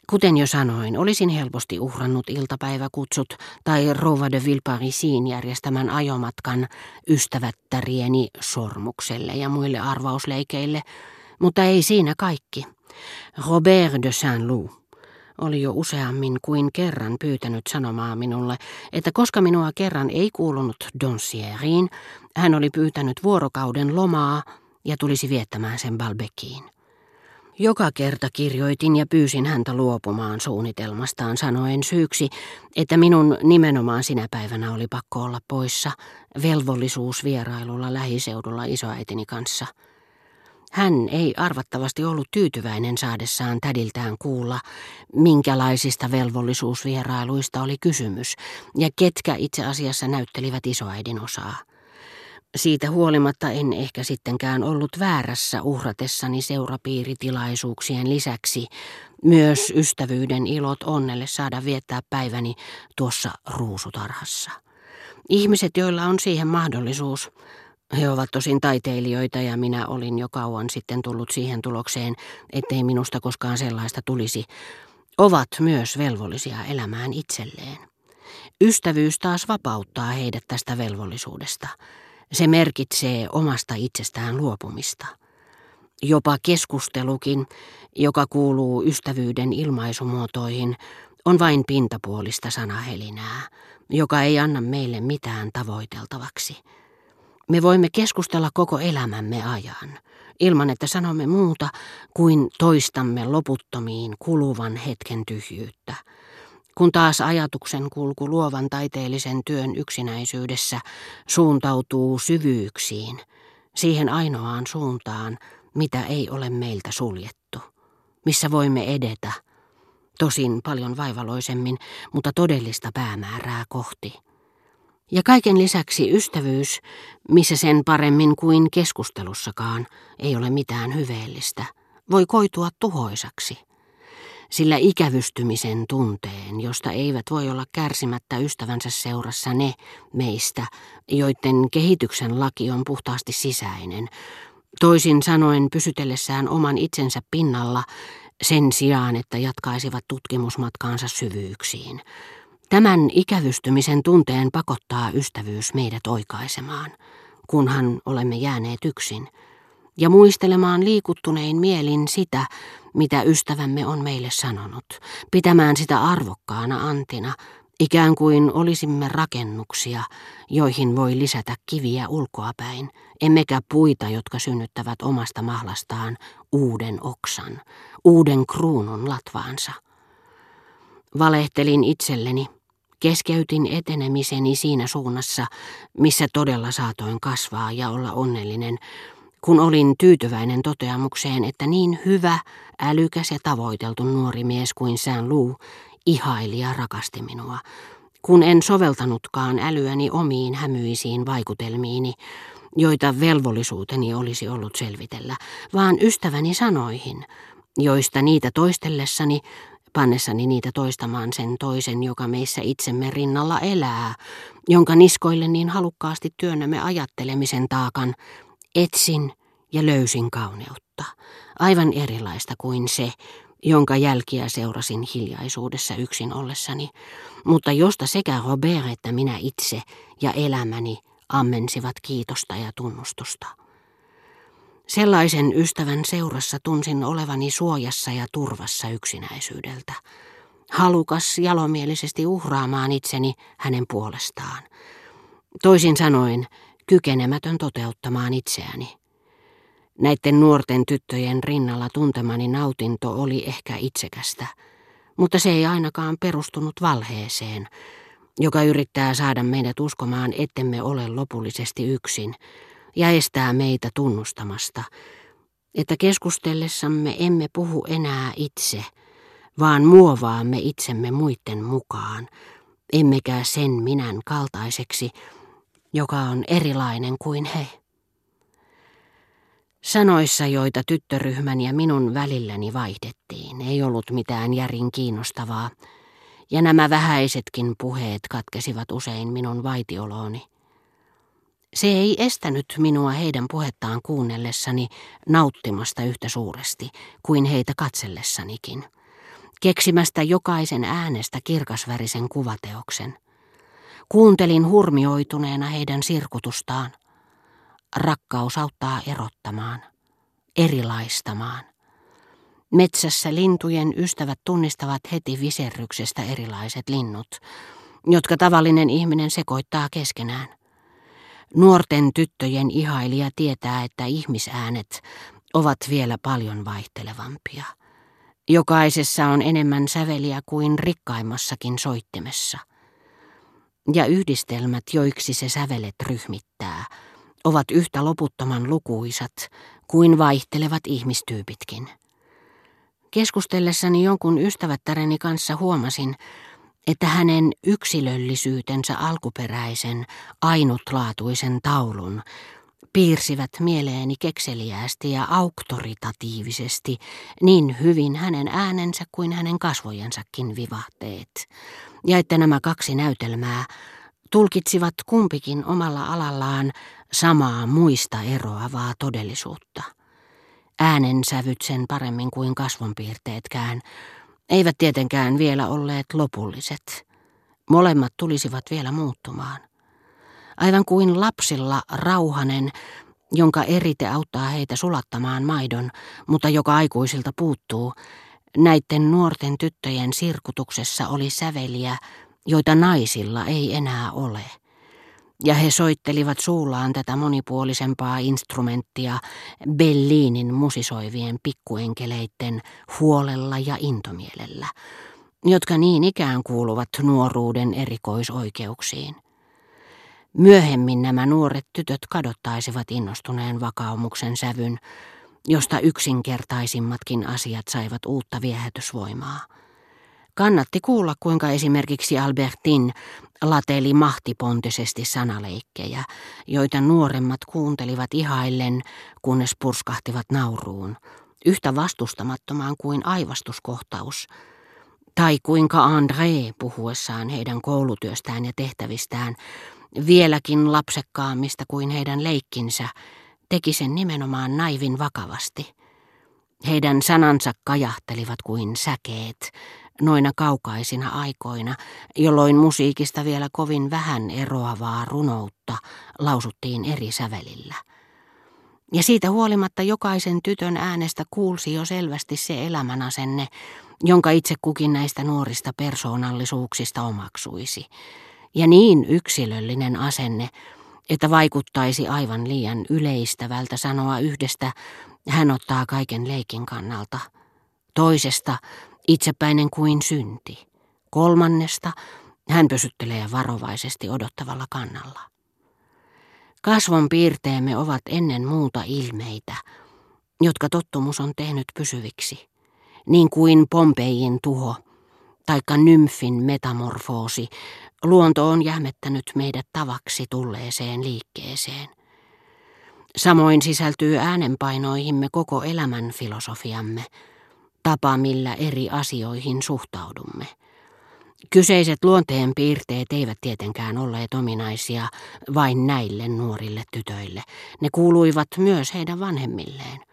Kuten jo sanoin, olisin helposti uhrannut iltapäiväkutsut tai rouva de Villeparisin järjestämän ajomatkan ystävättärieni sormukselle ja muille arvausleikeille, mutta ei siinä kaikki. Robert de Saint-Loup oli jo useammin kuin kerran pyytänyt sanomaan minulle, että koska minua kerran ei kuulunut Doncieriin, hän oli pyytänyt vuorokauden lomaa ja tulisi viettämään sen Balbeciin. Joka kerta kirjoitin ja pyysin häntä luopumaan suunnitelmastaan sanoen syyksi, että minun nimenomaan sinä päivänä oli pakko olla poissa velvollisuusvierailulla lähiseudulla isoäitini kanssa. Hän ei arvattavasti ollut tyytyväinen saadessaan tädiltään kuulla, minkälaisista velvollisuusvierailuista oli kysymys ja ketkä itse asiassa näyttelivät isoäidin osaa. Siitä huolimatta en ehkä sittenkään ollut väärässä uhratessani seurapiiritilaisuuksien lisäksi myös ystävyyden ilot onnelle saada viettää päiväni tuossa ruusutarhassa. Ihmiset, joilla on siihen mahdollisuus, he ovat tosin taiteilijoita ja minä olin jo kauan sitten tullut siihen tulokseen, ettei minusta koskaan sellaista tulisi, ovat myös velvollisia elämään itselleen. Ystävyys taas vapauttaa heidät tästä velvollisuudesta. Se merkitsee omasta itsestään luopumista. Jopa keskustelukin, joka kuuluu ystävyyden ilmaisumuotoihin, on vain pintapuolista sanahelinää, joka ei anna meille mitään tavoiteltavaksi. Me voimme keskustella koko elämämme ajan, ilman että sanomme muuta kuin toistamme loputtomiin kuluvan hetken tyhjyyttä. Kun taas ajatuksen kulku luovan taiteellisen työn yksinäisyydessä suuntautuu syvyyksiin, siihen ainoaan suuntaan, mitä ei ole meiltä suljettu, missä voimme edetä, tosin paljon vaivaloisemmin, mutta todellista päämäärää kohti. Ja kaiken lisäksi ystävyys, missä sen paremmin kuin keskustelussakaan ei ole mitään hyveellistä, voi koitua tuhoisaksi. Sillä ikävystymisen tunteen, josta eivät voi olla kärsimättä ystävänsä seurassa ne meistä, joiden kehityksen laki on puhtaasti sisäinen, toisin sanoen pysytellessään oman itsensä pinnalla sen sijaan, että jatkaisivat tutkimusmatkaansa syvyyksiin. Tämän ikävystymisen tunteen pakottaa ystävyys meidät oikaisemaan, kunhan olemme jääneet yksin, ja muistelemaan liikuttunein mielin sitä, mitä ystävämme on meille sanonut, pitämään sitä arvokkaana antina, ikään kuin olisimme rakennuksia, joihin voi lisätä kiviä ulkoapäin, emmekä puita, jotka synnyttävät omasta mahlastaan uuden oksan, uuden kruunun latvaansa. Valehtelin itselleni, keskeytin etenemiseni siinä suunnassa, missä todella saatoin kasvaa ja olla onnellinen, kun olin tyytyväinen toteamukseen, että niin hyvä, älykäs ja tavoiteltu nuori mies kuin Saint-Loup ihaili ja rakasti minua, kun en soveltanutkaan älyäni omiin hämyisiin vaikutelmiini, joita velvollisuuteni olisi ollut selvitellä, vaan ystäväni sanoihin, joista niitä toistellessani, pannessani niitä toistamaan sen toisen, joka meissä itsemme rinnalla elää, jonka niskoille niin halukkaasti työnnämme ajattelemisen taakan, etsin ja löysin kauneutta, aivan erilaista kuin se, jonka jälkiä seurasin hiljaisuudessa yksin ollessani, mutta josta sekä Robert että minä itse ja elämäni ammensivat kiitosta ja tunnustusta. Sellaisen ystävän seurassa tunsin olevani suojassa ja turvassa yksinäisyydeltä, halukas jalomielisesti uhraamaan itseni hänen puolestaan. Toisin sanoen, kykenemätön toteuttamaan itseäni. Näiden nuorten tyttöjen rinnalla tuntemani nautinto oli ehkä itsekästä, mutta se ei ainakaan perustunut valheeseen, joka yrittää saada meidät uskomaan, ettemme ole lopullisesti yksin, ja estää meitä tunnustamasta, että keskustellessamme emme puhu enää itse, vaan muovaamme itsemme muiden mukaan, emmekä sen minän kaltaiseksi, joka on erilainen kuin he. Sanoissa, joita tyttöryhmän ja minun välilläni vaihdettiin, ei ollut mitään järin kiinnostavaa, ja nämä vähäisetkin puheet katkesivat usein minun vaitiolooni. Se ei estänyt minua heidän puhettaan kuunnellessani nauttimasta yhtä suuresti kuin heitä katsellessanikin. keksimästä jokaisen äänestä kirkasvärisen kuvateoksen. Kuuntelin hurmioituneena heidän sirkutustaan. Rakkaus auttaa erottamaan, erilaistamaan. Metsässä lintujen ystävät tunnistavat heti viserryksestä erilaiset linnut, jotka tavallinen ihminen sekoittaa keskenään. Nuorten tyttöjen ihailija tietää, että ihmisäänet ovat vielä paljon vaihtelevampia. Jokaisessa on enemmän säveliä kuin rikkaimmassakin soittimessa. Ja yhdistelmät, joiksi se sävelet ryhmittää, ovat yhtä loputtoman lukuisat kuin vaihtelevat ihmistyypitkin. Keskustellessani jonkun ystävättäreni kanssa huomasin, että hänen yksilöllisyytensä alkuperäisen, ainutlaatuisen taulun piirsivät mieleeni kekseliäästi ja auktoritatiivisesti niin hyvin hänen äänensä kuin hänen kasvojensakin vivahteet, ja että nämä kaksi näytelmää tulkitsivat kumpikin omalla alallaan samaa muista eroavaa todellisuutta. Äänensävyt sen paremmin kuin kasvonpiirteetkään eivät tietenkään vielä olleet lopulliset. Molemmat tulisivat vielä muuttumaan. Aivan kuin lapsilla rauhanen, jonka erite auttaa heitä sulattamaan maidon, mutta joka aikuisilta puuttuu, näiden nuorten tyttöjen sirkutuksessa oli säveliä, joita naisilla ei enää ole. Ja he soittelivat suullaan tätä monipuolisempaa instrumenttia Bellinin musisoivien pikkuenkeleitten huolella ja intomielellä, jotka niin ikään kuuluvat nuoruuden erikoisoikeuksiin. Myöhemmin nämä nuoret tytöt kadottaisivat innostuneen vakaumuksen sävyn, josta yksinkertaisimmatkin asiat saivat uutta viehätysvoimaa. Kannatti kuulla, kuinka esimerkiksi Albertine lateli mahtipontisesti sanaleikkejä, joita nuoremmat kuuntelivat ihaillen, kunnes purskahtivat nauruun, yhtä vastustamattomaan kuin aivastuskohtaus, tai kuinka André puhuessaan heidän koulutyöstään ja tehtävistään, vieläkin lapsekkaammista kuin heidän leikkinsä, teki sen nimenomaan naivin vakavasti. Heidän sanansa kajahtelivat kuin säkeet, noina kaukaisina aikoina, jolloin musiikista vielä kovin vähän eroavaa runoutta lausuttiin eri sävelillä. Ja siitä huolimatta jokaisen tytön äänestä kuulsi jo selvästi se elämänasenne, jonka itse kukin näistä nuorista persoonallisuuksista omaksuisi. Ja niin yksilöllinen asenne, että vaikuttaisi aivan liian yleistävältä sanoa yhdestä, hän ottaa kaiken leikin kannalta, toisesta, itsepäinen kuin synti, kolmannesta, hän pysyttelee varovaisesti odottavalla kannalla. Kasvon piirteemme ovat ennen muuta ilmeitä, jotka tottumus on tehnyt pysyviksi, niin kuin Pompeijin tuho, taikka nymfin metamorfoosi, luonto on jähmettänyt meidät tavaksi tulleeseen liikkeeseen. Samoin sisältyy äänenpainoihimme koko elämän filosofiamme, tapa millä eri asioihin suhtaudumme. Kyseiset luonteen piirteet eivät tietenkään olleet ominaisia vain näille nuorille tytöille. Ne kuuluivat myös heidän vanhemmilleen.